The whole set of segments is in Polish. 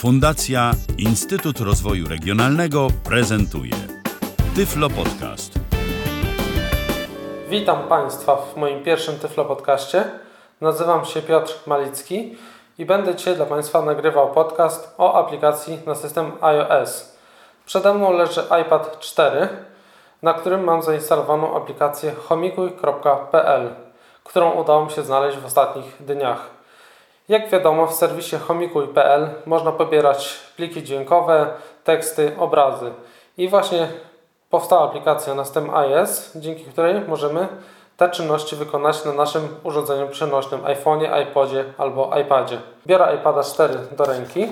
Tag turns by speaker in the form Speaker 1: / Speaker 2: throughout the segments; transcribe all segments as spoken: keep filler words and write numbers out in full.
Speaker 1: Fundacja Instytut Rozwoju Regionalnego prezentuje Tyflo Podcast.
Speaker 2: Witam Państwa w moim pierwszym Tyflo Podcaście. Nazywam się Piotr Malicki i będę dzisiaj dla Państwa nagrywał podcast o aplikacji na system iOS. Przede mną leży iPad cztery, na którym mam zainstalowaną aplikację chomikuj kropka pe el, którą udało mi się znaleźć w ostatnich dniach. Jak wiadomo, w serwisie chomikuj kropka pe el można pobierać pliki dźwiękowe, teksty, obrazy. I właśnie powstała aplikacja na system iOS, dzięki której możemy te czynności wykonać na naszym urządzeniu przenośnym iPhone'ie, iPodzie albo iPadzie. Biorę iPada cztery do ręki.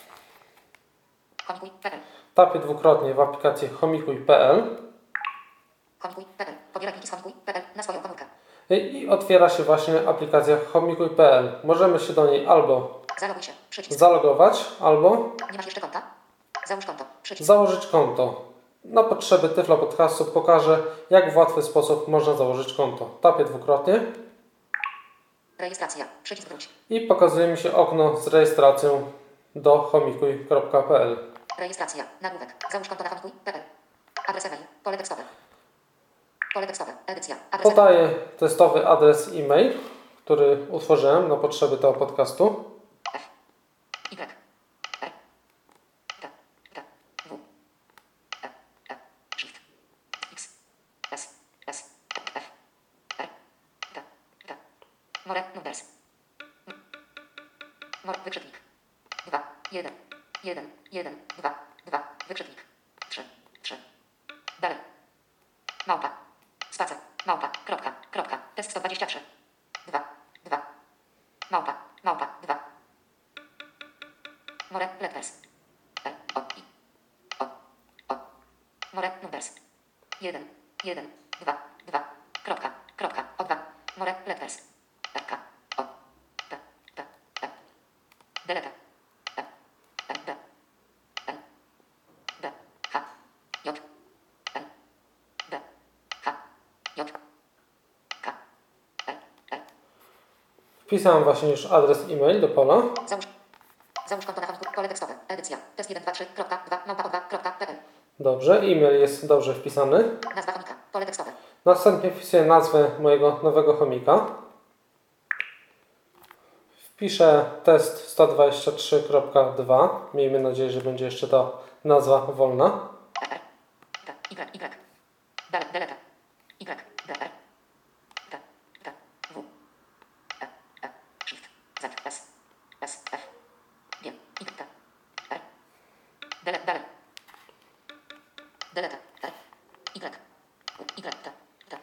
Speaker 2: Tapię dwukrotnie w aplikację chomikuj kropka pe el.
Speaker 3: Chomikuj kropka pe el. Pobieraj pliki z chomikuj kropka pe el na swoją komórkę.
Speaker 2: I otwiera się właśnie aplikacja chomikuj kropka pe el. Możemy się do niej albo
Speaker 3: Zaloguj się. Przycisk.
Speaker 2: zalogować, albo
Speaker 3: Nie masz jeszcze konta? Załóż konto. Przycisk.
Speaker 2: założyć konto. Na potrzeby Tyflo Podcastu pokażę, jak w łatwy sposób można założyć konto. Tapię dwukrotnie
Speaker 3: Rejestracja. Przycisk wróć.
Speaker 2: i pokazuje mi się okno z rejestracją do chomikuj kropka pe el.
Speaker 3: Rejestracja. Nagłówek. Załóż konto na chomikuj kropka pe el. Adres e-mail. Pole tekstowe. Pole tekstowe. Edycja. Adres
Speaker 2: Podaję testowy adres e-mail, który utworzyłem na potrzeby tego podcastu.
Speaker 3: F. Y. R. T. T. W. E. E. Shift. X. S. S. F. R. T. T. More. Numbers. More. Wykrzyknik. dwa. jeden. jeden. jeden. dwa. dwa. Wykrzyknik. trzy. trzy. Dalej. Małpa. Spacer. Małpa. Kropka. Kropka. Test sto dwadzieścia trzy. dwa. dwa. Małpa. Małpa. dwa. More. Letters. E. O. I. O. O. More. Numbers. jeden. jeden. dwa. dwa. Kropka. Kropka. O dwa. More. Letters. E. K. O. P. P. E. Delete. E. E. B. L. B. H. J. L. B. H. J. K. L. L.
Speaker 2: Wpisałem właśnie już adres e-mail do pola.
Speaker 3: Załóż. Załóż konto na chomikuj. Pole tekstowe. Edycja. Test jeden dwa trzy kropka dwa małpa o dwa kropka pe el.
Speaker 2: Dobrze, e-mail jest dobrze wpisany.
Speaker 3: Nazwa chomika. Pole tekstowe.
Speaker 2: Następnie wpisuję nazwę mojego nowego chomika. Wpiszę test sto dwadzieścia trzy kropka dwa. Miejmy nadzieję, że będzie jeszcze ta nazwa wolna.
Speaker 3: R. T. Y. Y. Dele. Delete. Y. D. R. T. T. W. E. E. Shift. Z. S. S. F. G. Y. T. R. Delete. Dalej. Delete. R. Y. Y. T. T.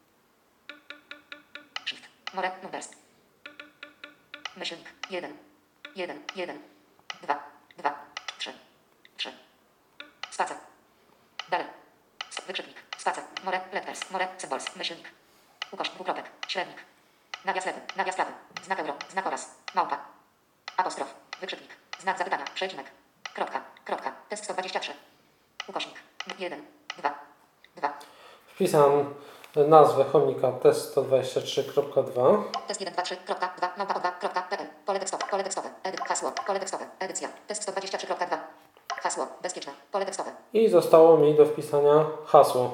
Speaker 3: Shift. More. Numbers. Myślnik. jeden. jeden. jeden. dwa. dwa. trzy. trzy. Spacer. Dalej. Wykrzyknik. Spacer. More. Letters. More. Symbols. Myślnik. Ukoś. Dwukropek. Średnik. Nawias lewy. Nawias prawy. Znak euro. Znak oraz. Małpa. Apostrof. Wykrzyknik. Znak zapytania. Przecinek. Kropka. Kropka. Test sto dwadzieścia trzy. Ukośnik. jeden. dwa. dwa.
Speaker 2: Wpisałem nazwę chomika test sto dwadzieścia trzy kropka dwa.
Speaker 3: Test jeden dwa trzy kropka dwa małpa o dwa kropka pe el. Pole tekstowe. Pole tekstowe. Edyt. Hasło. Pole tekstowe. Edycja. Test sto dwadzieścia trzy kropka dwa. Hasło. Bezpieczne. Pole tekstowe.
Speaker 2: I zostało mi do wpisania hasło.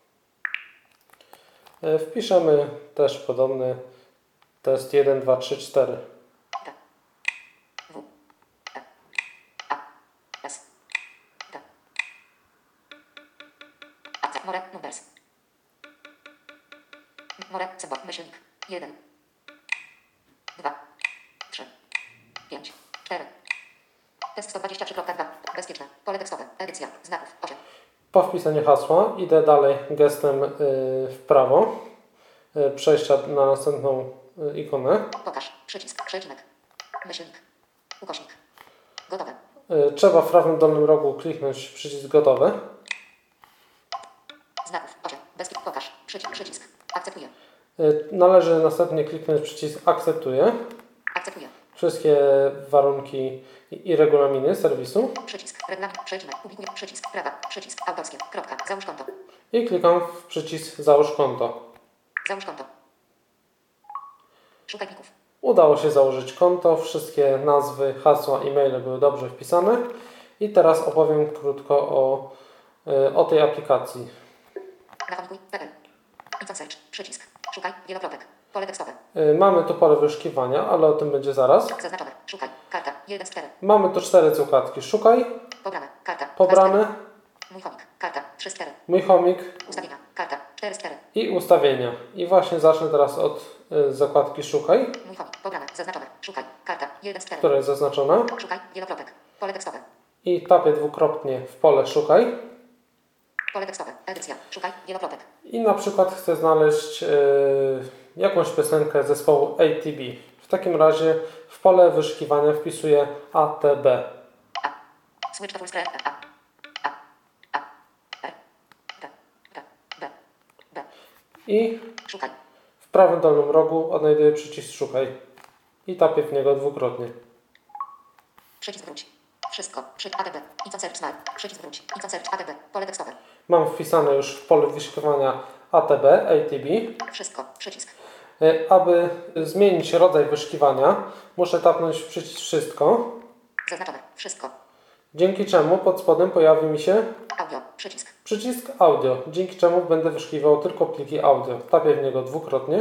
Speaker 2: E, Wpiszemy też podobny test jeden dwa trzy cztery.
Speaker 3: T. W. E. A. S. T. A. C. More. Numbers. More. Symbol. Myślnik. jeden. dwa. trzy. pięć. cztery. Test sto dwadzieścia trzy kropka dwa. Bezpieczne. Pole tekstowe. Edycja. Znaków. osiem.
Speaker 2: Po wpisaniu hasła idę dalej gestem y, w prawo. Y, przejścia na następną y, ikonę.
Speaker 3: Pokaż. Przycisk. Przecinek. Myślnik. Ukośnik. Gotowe.
Speaker 2: Y, trzeba w prawym dolnym rogu kliknąć przycisk gotowe.
Speaker 3: Znaków. osiem. Bezpieczny. Pokaż. Przycisk. Przycisk. Akceptuję.
Speaker 2: Y, należy następnie kliknąć przycisk akceptuję.
Speaker 3: Akceptuję.
Speaker 2: Wszystkie warunki i, i regulaminy serwisu.
Speaker 3: Przycisk. Regulamin. Przecinek. Publikuję. Przycisk. Prawa. Przycisk. Autorskie. Kropka. Załóż konto.
Speaker 2: I klikam w przycisk załóż konto.
Speaker 3: Załóż konto. Szukaj plików.
Speaker 2: Udało się założyć konto, wszystkie nazwy, hasła, e-maile były dobrze wpisane i teraz opowiem krótko o, o tej aplikacji.
Speaker 3: Rachunkuj, P L. Icon search, przycisk, szukaj, wielokropek, pole tekstowe.
Speaker 2: Mamy tu pole wyszukiwania, ale o tym będzie zaraz.
Speaker 3: Zaznaczone, szukaj, karta, jeden z czterech.
Speaker 2: Mamy tu cztery zakładki. Szukaj,
Speaker 3: Pobrane, karta,
Speaker 2: pobrane,
Speaker 3: mój chomik, karta, trzy z czterech.
Speaker 2: mój chomik
Speaker 3: Ustawienia, karta, cztery z czterech.
Speaker 2: i ustawienia. I właśnie zacznę teraz od y, zakładki szukaj,
Speaker 3: Mój chomik, pobrane, zaznaczone, szukaj, karta, jeden z czterech.
Speaker 2: która jest zaznaczona.
Speaker 3: Szukaj, wielokropek, pole tekstowe.
Speaker 2: I tapię dwukrotnie w pole szukaj.
Speaker 3: Pole tekstowe, edycja, szukaj, wielokropek.
Speaker 2: I na przykład chcę znaleźć y, jakąś piosenkę zespołu A T B. W takim razie w pole wyszukiwania wpisuję A T B.
Speaker 3: Switch to full screen, A, A, A, R, B, B, B, B.
Speaker 2: I
Speaker 3: Szukaj,
Speaker 2: w prawym dolnym rogu odnajduję przycisk szukaj. I tapię w niego dwukrotnie.
Speaker 3: przycisk wróć. Wszystko, przy A T B, icon search smart, przycisk wróć, icon search A T B, pole tekstowe.
Speaker 2: Mam wpisane już w polu wyszukiwania A T B, A T B.
Speaker 3: Wszystko, przycisk.
Speaker 2: Y, Aby zmienić rodzaj wyszukiwania, muszę tapnąć w przycisk wszystko,
Speaker 3: Zaznaczone, wszystko.
Speaker 2: dzięki czemu pod spodem pojawi mi się
Speaker 3: Audio, przycisk.
Speaker 2: przycisk audio, dzięki czemu będę wyszukiwał tylko pliki audio. Tapię w niego dwukrotnie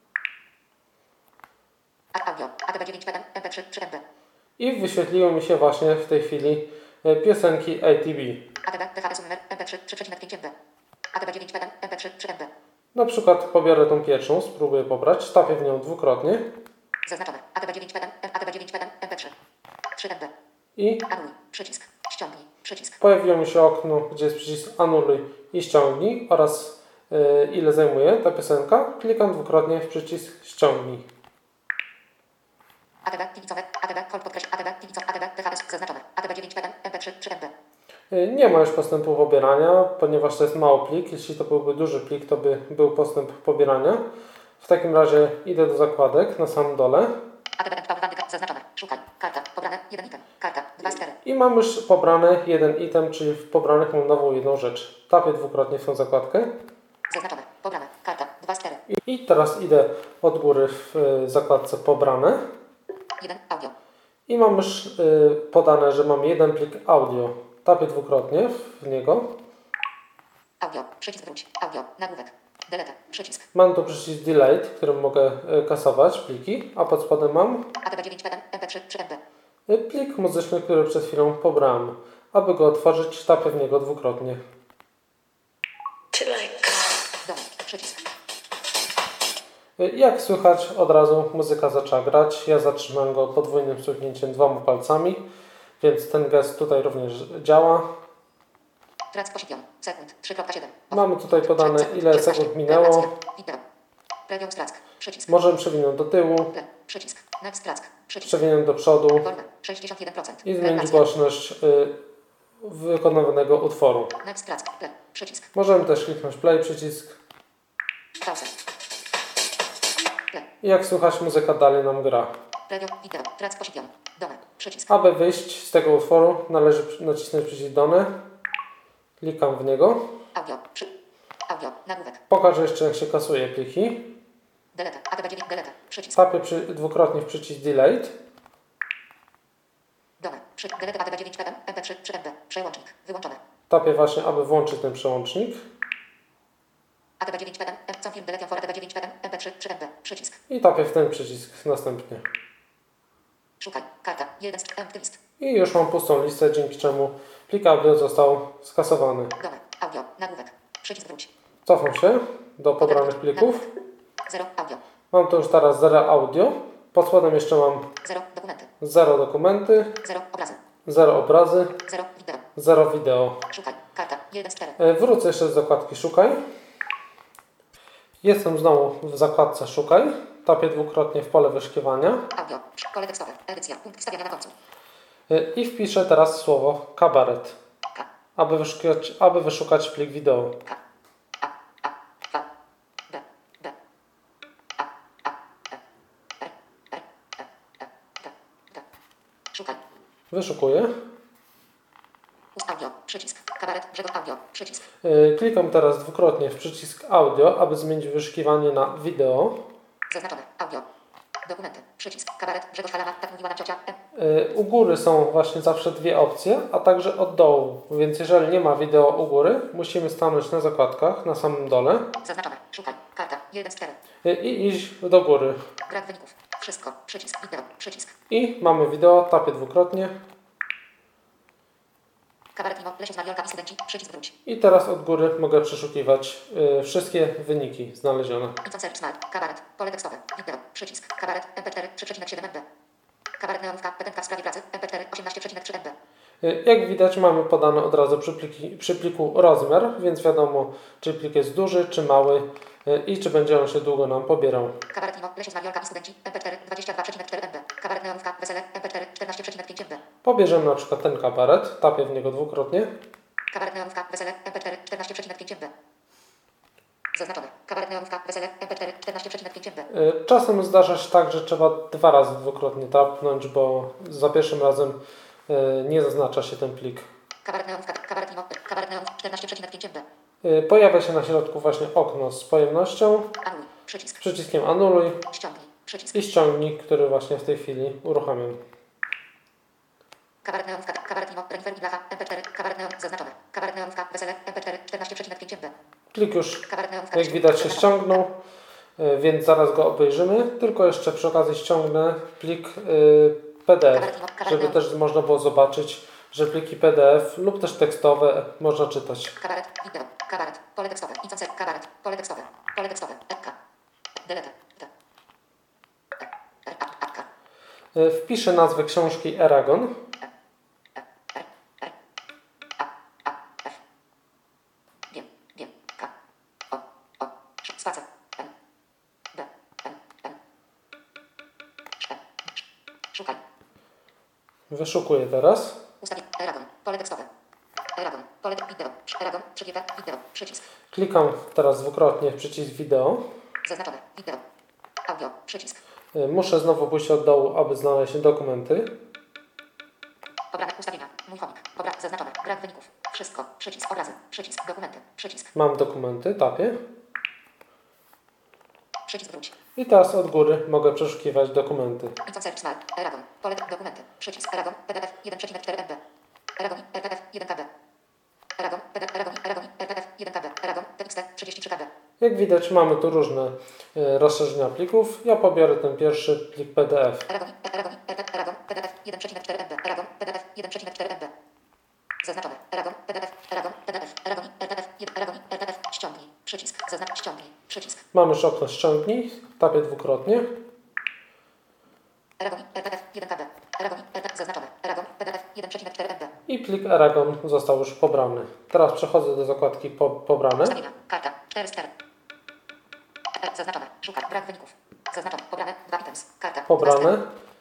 Speaker 3: A- Audio, A T B dziewięć P M, M P trzy, trzy M B.
Speaker 2: i wyświetliło mi się właśnie w tej chwili y, piosenki A T B.
Speaker 3: A T B, D H S numer, M P trzy, trzy przecinek pięć M B. A T B dziewięć P M, M P trzy, trzy M B.
Speaker 2: Na przykład pobiorę tą pierwszą, spróbuję pobrać, tapię w nią dwukrotnie
Speaker 3: Zaznaczone, A T B dziewięć P M, A T B dziewięć P M, M P trzy, trzy M B.
Speaker 2: i
Speaker 3: Anuluj, przycisk. Ściągnij, przycisk.
Speaker 2: pojawiło mi się okno, gdzie jest przycisk anuluj i ściągnij oraz y, ile zajmuje ta piosenka. Klikam dwukrotnie w przycisk ściągnij.
Speaker 3: A T B, tilicowe, A T B, hold podkreśl, A T B, tilicowe, A T B, D H S, zaznaczone. A T B dziewięć P M, M P trzy, trzy M B.
Speaker 2: Y, Nie ma już postępu pobierania, ponieważ to jest mały plik. Jeśli to byłby duży plik, to by był postęp pobierania. W takim razie idę do zakładek na samym dole
Speaker 3: A T B, M P zaznaczone. Szukaj, karta, pobrane, jeden item, karta, dwa z czterech.
Speaker 2: i mam już pobrane jeden item, czyli w pobranych mam nową jedną rzecz. Tapię dwukrotnie w tą zakładkę
Speaker 3: Zaznaczone, pobrane, karta, dwa z czterech.
Speaker 2: i, i teraz idę od góry w y, zakładce pobrane
Speaker 3: jeden, audio.
Speaker 2: i mam już y, podane, że mam jeden plik audio. Tapię dwukrotnie w niego.
Speaker 3: Audio, przycisk wróć, audio, nagłówek, delete, przycisk.
Speaker 2: Mam tu przycisk delete, którym mogę y, kasować pliki, a pod spodem mam
Speaker 3: A T B dziewięć P M, M P trzy, trzy M B.
Speaker 2: y, plik muzyczny, który przed chwilą pobrałem. Aby go otworzyć, tapię w niego dwukrotnie.
Speaker 3: Dom, przycisk.
Speaker 2: Y, Jak słychać, od razu muzyka zaczęła grać. Ja zatrzymałem go podwójnym stuknięciem dwoma palcami, więc ten gest tutaj również działa.
Speaker 3: Trac posiadł, sekund, trzy kropka siedem.
Speaker 2: Mamy tutaj podane, ile sekund minęło.
Speaker 3: Wideo. Previous track, przycisk.
Speaker 2: Możemy przewinąć do tyłu,
Speaker 3: Play, przycisk. Next track, przycisk.
Speaker 2: przewinąć do przodu
Speaker 3: Wolne, sześćdziesiąt jeden procent.
Speaker 2: i zmienić
Speaker 3: Relacja.
Speaker 2: głośność y, wykonywanego utworu.
Speaker 3: Next track, play, przycisk.
Speaker 2: Możemy też kliknąć play przycisk
Speaker 3: Pauza. Play.
Speaker 2: i jak słychać, muzyka dalej nam gra.
Speaker 3: Preview, wideo, trac posiadł. Dome, przycisk.
Speaker 2: Aby wyjść z tego utworu, należy przy- nacisnąć przycisk Done. Klikam w niego.
Speaker 3: Audio, przy. Audio, nagłówek.
Speaker 2: Pokażę jeszcze, jak się kasuje pliki.
Speaker 3: Delete, A T B dziewięć, delete, przycisk.
Speaker 2: Tapię przy, dwukrotnie w przycisk Delete.
Speaker 3: Dome, przy. Delete A T B dziewięć P M, M P trzy, trzy M B. Przełącznik, wyłączone.
Speaker 2: Tapię właśnie, aby włączyć ten przełącznik.
Speaker 3: A T B dziewięć P M, M Confirm Delete for A T B dziewięć P M, M P trzy, trzy M B. Przycisk.
Speaker 2: I tapię w ten przycisk następnie.
Speaker 3: Szukaj, karta, jeden z empty list.
Speaker 2: I już mam pustą listę, dzięki czemu plik audio został skasowany.
Speaker 3: Dome, audio, nagłówek. Przycisk wróć.
Speaker 2: Cofam się do pobranych plików.
Speaker 3: Zero, audio.
Speaker 2: Mam tu już teraz zero audio. Pod spodem jeszcze mam
Speaker 3: Zero, dokumenty.
Speaker 2: zero dokumenty,
Speaker 3: Zero, obrazy.
Speaker 2: zero obrazy,
Speaker 3: Zero, wideo.
Speaker 2: zero wideo.
Speaker 3: Szukaj, karta, jeden z czterech.
Speaker 2: E, Wrócę jeszcze do zakładki Szukaj. Jestem znowu w zakładce Szukaj. Tapię dwukrotnie w pole wyszukiwania
Speaker 3: Audio, pole tekstowe, edycja, punkt wstawiania na końcu.
Speaker 2: e, i wpiszę teraz słowo kabaret,
Speaker 3: K,
Speaker 2: aby wyszukać, aby wyszukać plik wideo.
Speaker 3: K, A, A, V, B, B, A, A, E, R, R, E, E, D, D. Szukaj.
Speaker 2: Wyszukuję.
Speaker 3: Ust audio, przycisk. Kabaret, brzeg audio, przycisk.
Speaker 2: E, Klikam teraz dwukrotnie w przycisk audio, aby zmienić wyszukiwanie na wideo.
Speaker 3: Zaznaczone, audio. Dokumenty. Przycisk. Kabaret. Grzegorz Halama. Tak mówiła nam ciocia. M.
Speaker 2: Y, U góry są właśnie zawsze dwie opcje, a także od dołu. Więc jeżeli nie ma wideo u góry, musimy stanąć na zakładkach, na samym dole
Speaker 3: Zaznaczone. Szukaj. Karta. jeden z czterech.
Speaker 2: y, i iść do góry.
Speaker 3: Brak wyników. Wszystko. Przycisk. Wideo. Przycisk.
Speaker 2: I mamy wideo, tapię dwukrotnie.
Speaker 3: Kabaret mimo. Lesiec Mariolka i studenci. Przycisk wróć.
Speaker 2: I teraz od góry mogę przeszukiwać y, wszystkie wyniki znalezione.
Speaker 3: Info search smart. Kabaret. Pole tekstowe. Wideo. Przycisk. Kabaret. M P cztery. trzy przecinek siedem M B. Kabaret neonówka. Petentka w sprawie pracy. M P cztery. osiemnaście przecinek trzy M B.
Speaker 2: Y, Jak widać, mamy podane od razu przy, pliki, przy pliku rozmiar, więc wiadomo, czy plik jest duży, czy mały y, i czy będzie on się długo nam pobierał.
Speaker 3: Kabaret mimo. Lesiec Mariolka i studenci. M P cztery. dwadzieścia dwa przecinek cztery M B. Kabaret neonówka. Wesele. M P cztery. czternaście przecinek pięć M B.
Speaker 2: Pobierzemy na przykład ten kabaret, tapię w niego dwukrotnie.
Speaker 3: Kabaret neonówka. Wesele. M P cztery. czternaście przecinek pięć M B. Zaznaczone. Kabaret neonówka. Wesele. M P cztery. czternaście przecinek pięć M B.
Speaker 2: Y, Czasem zdarza się tak, że trzeba dwa razy dwukrotnie tapnąć, bo za pierwszym razem y, nie zaznacza się ten plik.
Speaker 3: Kabaret neonówka. Kabaret mimo. Kabaret neonówka. czternaście przecinek pięć M B.
Speaker 2: Y, Pojawia się na środku właśnie okno z pojemnością,
Speaker 3: Anuluj. Przycisk.
Speaker 2: przyciskiem anuluj
Speaker 3: Ściągnij. Przycisk.
Speaker 2: i ściągnij, który właśnie w tej chwili uruchamiam.
Speaker 3: Kabaret neonówka. Kabaret mimo. Renifer i blacha. M P cztery. Kabaret neon. Zaznaczone. Kabaret neonówka. Wesele. M P cztery. czternaście przecinek pięć M B.
Speaker 2: Klik już,
Speaker 3: Kabaret neonówka.
Speaker 2: jak widać, się ściągnął, y, więc zaraz go obejrzymy. Tylko jeszcze przy okazji ściągnę plik y, P D F, żeby też można było zobaczyć, że pliki P D F lub też tekstowe można czytać.
Speaker 3: Kabaret. Wideo. Kabaret. Pole tekstowe. Info search. Kabaret. Pole tekstowe. Pole tekstowe. Epka. Delete. T. R. A. Apka.
Speaker 2: Y, Wpiszę nazwę książki Eragon.
Speaker 3: Wiem. Wiem. K. O. O. Spacer. N. B. N. N. Sz. Szukaj.
Speaker 2: Wyszukuję teraz.
Speaker 3: Ustawię. Eragon. Pole tekstowe. Eragon. Pole te- wideo. Eragon. trzy G. Wideo. Przycisk.
Speaker 2: Klikam teraz dwukrotnie w przycisk wideo.
Speaker 3: Zaznaczone. Wideo. Audio. Przycisk.
Speaker 2: Y, Muszę znowu pójść od dołu, aby znaleźć dokumenty.
Speaker 3: Pobrane ustawienia. Mój chomik. Pobra. Zaznaczone. Brak wyników. Wszystko. Przycisk. Obrazy. Przycisk. Dokumenty. Przycisk.
Speaker 2: Mam dokumenty, tapię.
Speaker 3: Przycisk wróć.
Speaker 2: I teraz od góry mogę przeszukiwać dokumenty.
Speaker 3: Info search smart. Eragon. Pole te- dokumenty. Przycisk. Eragon. P D F. jeden przecinek cztery M B. Eragon. R P F. jeden K B. Eragon. P D F. Eragon. Eragon. R P F. jeden K B. Eragon. T X T. trzydzieści trzy K B.
Speaker 2: Jak widać, mamy tu różne y, rozszerzenia plików. Ja pobiorę ten pierwszy plik P D F.
Speaker 3: Eragon. Eragon. R P F. Eragon. P D F. jeden przecinek cztery M B. Eragon. P D F. jeden przecinek cztery M B. Zaznaczone. Eragon. P D F. Eragon. P D F. Eragon. R P F. jeden. Eragon. R P F. Ściągnij. Przycisk. Zaznacz. Ściągnij. Przycisk.
Speaker 2: Mam już okno ściągnij, tapię dwukrotnie.
Speaker 3: Eragon. R P F. jeden K B. Eragon. R P F. Zaznaczone. Eragon. P D F. jeden przecinek cztery M B.
Speaker 2: I plik Eragon został już pobrany. Teraz przechodzę do zakładki po, pobrane.
Speaker 3: Ustawienia. Karta. cztery z cztery. E, Zaznaczone. Szukaj. Brak wyników. Zaznaczone. Pobrane. dwa items. Karta.
Speaker 2: Pobrane.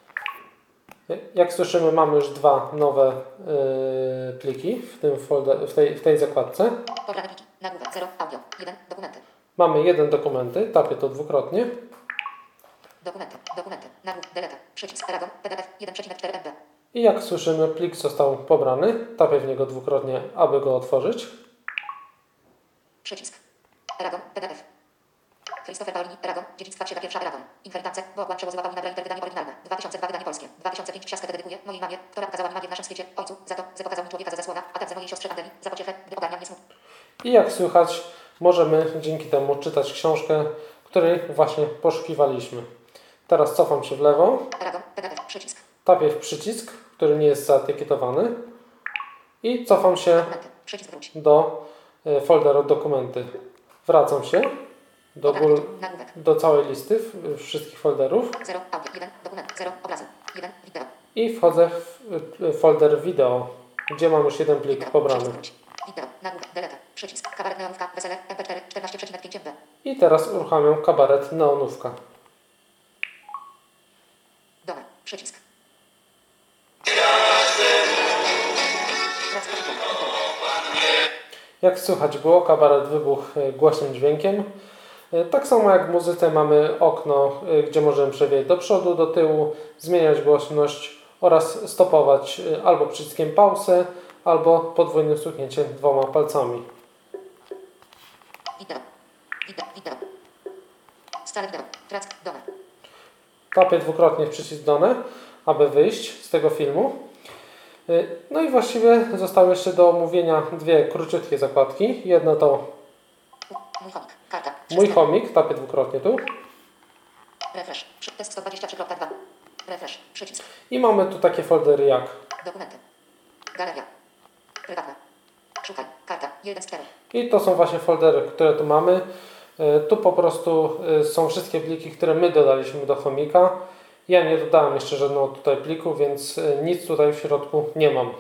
Speaker 2: Jak słyszymy, mamy już dwa nowe y, pliki w, tym folder, w, tej, w tej zakładce.
Speaker 3: Pobrane pliki. Nagłówek. zero. Audio. jeden. Dokumenty.
Speaker 2: Mamy jeden dokumenty, tapię to dwukrotnie.
Speaker 3: Dokumenty. Dokumenty. Nagłówek. Delete. Przycisk. Eragon. P D F. jeden przecinek cztery M B.
Speaker 2: I jak słyszymy, plik został pobrany. Tapię w niego dwukrotnie, aby go otworzyć.
Speaker 3: Przycisk. Eragon. P D F. Christopher Paolini. Eragon. Dziedzictwa Księga Pierwsza. Eragon. Infertance. Bogłan przełożyła Paulina Brainter. Wydanie oryginalne. dwa tysiące dwa. Wydanie polskie. dwa tysiące pięć. Wsiaskę dedykuję mojej mamie, która ukazała mi magię w naszym świecie. Ojcu. Za to, że pokazał mi człowieka za zasłona, a także mojej siostrze Adeli. Za pociechę, gdy ogarnia mnie smut.
Speaker 2: I jak słychać, możemy dzięki temu czytać książkę, której właśnie poszukiwaliśmy. Teraz cofam się w lewo.
Speaker 3: Eragon. P D F. Przycisk.
Speaker 2: Tapię w przycisk, który nie jest zaetykietowany. I cofam się
Speaker 3: Dokumenty. Przycisk wróć.
Speaker 2: do y, folderu dokumenty. Wracam się do, gór,
Speaker 3: Nagłówek.
Speaker 2: do całej listy w, wszystkich folderów
Speaker 3: zero. Audio. jeden. Dokument. zero. Obrazy. jeden. Wideo.
Speaker 2: i wchodzę w, w folder wideo, gdzie mam już jeden plik
Speaker 3: Wideo.
Speaker 2: pobrany.
Speaker 3: Przycisk wróć. Wideo. Nagłówek. Delete. Przycisk. Kabaret neonówka. Wesele. M P cztery. czternaście przecinek pięć M B.
Speaker 2: I teraz uruchamiam kabaret Neonówka.
Speaker 3: Dole. Przycisk. Raz. Poczytaj.
Speaker 2: Jak słychać było, kabaret wybuchł e, głośnym dźwiękiem. E, Tak samo jak w muzyce mamy okno, e, gdzie możemy przewijać do przodu, do tyłu, zmieniać głośność oraz stopować e, albo przyciskiem pauzę, albo podwójnym stuknięciem dwoma palcami.
Speaker 3: Wideo. Wideo. Wideo. Stare wideo. Track. Dole.
Speaker 2: Tapię dwukrotnie w przycisk Done, aby wyjść z tego filmu. No i właściwie zostały jeszcze do omówienia dwie króciutkie zakładki. Jedna to
Speaker 3: Mój chomik. Karta.
Speaker 2: mój chomik, tapię dwukrotnie tu.
Speaker 3: Refresh. Test sto dwadzieścia trzy kropka dwa. Refresh. Przycisk.
Speaker 2: I mamy tu takie foldery jak
Speaker 3: Dokumenty. Galeria. Prywatna. Szukaj. Karta. jeden z czterech.
Speaker 2: i to są właśnie foldery, które tu mamy. Tu po prostu są wszystkie pliki, które my dodaliśmy do chomika. Ja nie dodałem jeszcze żadnego tutaj pliku, więc nic tutaj w środku nie mam.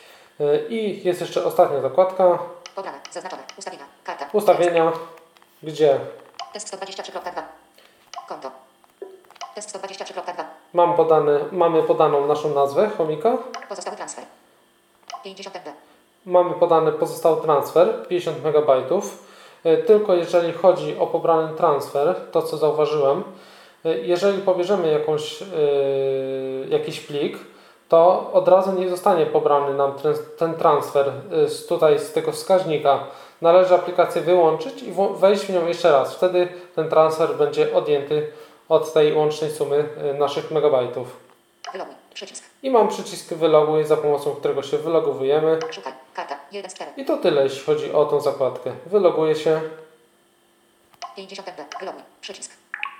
Speaker 2: I jest jeszcze ostatnia zakładka.
Speaker 3: Pobrane. Zaznaczone. Ustawienia. Karta.
Speaker 2: Ustawienia, gdzie
Speaker 3: Test sto dwadzieścia trzy kropka dwa. Konto. Test sto dwadzieścia trzy kropka dwa.
Speaker 2: mam podane, mamy podaną naszą nazwę chomika.
Speaker 3: Pozostały transfer. pięćdziesiąt M B.
Speaker 2: Mamy podany pozostały transfer, pięćdziesiąt megabajtów. Tylko jeżeli chodzi o pobrany transfer, to co zauważyłem, jeżeli pobierzemy jakąś, yy, jakiś plik, to od razu nie zostanie pobrany nam ten, ten transfer z, tutaj z tego wskaźnika. Należy aplikację wyłączyć i wejść w nią jeszcze raz. Wtedy ten transfer będzie odjęty od tej łącznej sumy naszych megabajtów.
Speaker 3: Wyloguj. Przycisk.
Speaker 2: I mam przycisk wyloguj, za pomocą którego się wylogowujemy.
Speaker 3: Szukaj. Karta. jeden z czterech.
Speaker 2: I to tyle, jeśli chodzi o tą zakładkę. Wyloguję się.
Speaker 3: pięćdziesiąt M B. Wyloguj. Przycisk.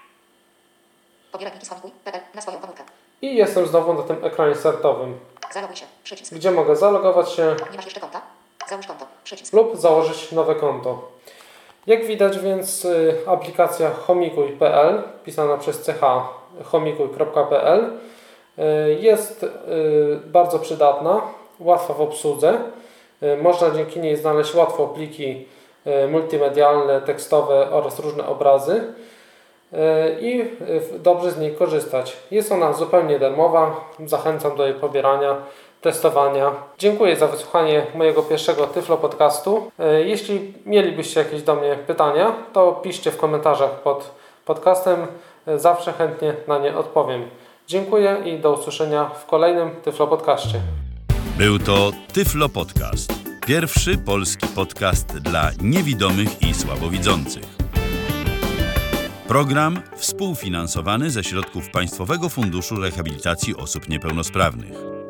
Speaker 3: Pobieraj pliki z chomikuj. P L na swoją komórkę.
Speaker 2: I jestem znowu na tym ekranie startowym,
Speaker 3: Zaloguj się. Przycisk.
Speaker 2: gdzie mogę zalogować się
Speaker 3: Nie masz jeszcze konta? Załóż konto. Przycisk.
Speaker 2: lub założyć nowe konto. Jak widać więc y, aplikacja chomikuj kropka p l pisana przez ch chomikuj kropka p l y, jest y, bardzo przydatna, łatwa w obsłudze. Y, można dzięki niej znaleźć łatwo pliki y, multimedialne, tekstowe oraz różne obrazy y, i y, dobrze z niej korzystać. Jest ona zupełnie darmowa, zachęcam do jej pobierania, testowania. Dziękuję za wysłuchanie mojego pierwszego Tyflo Podcastu. Jeśli mielibyście jakieś do mnie pytania, to piszcie w komentarzach pod podcastem. Zawsze chętnie na nie odpowiem. Dziękuję i do usłyszenia w kolejnym Tyflo Podcaście.
Speaker 1: Był to Tyflo Podcast. Pierwszy polski podcast dla niewidomych i słabowidzących. Program współfinansowany ze środków Państwowego Funduszu Rehabilitacji Osób Niepełnosprawnych.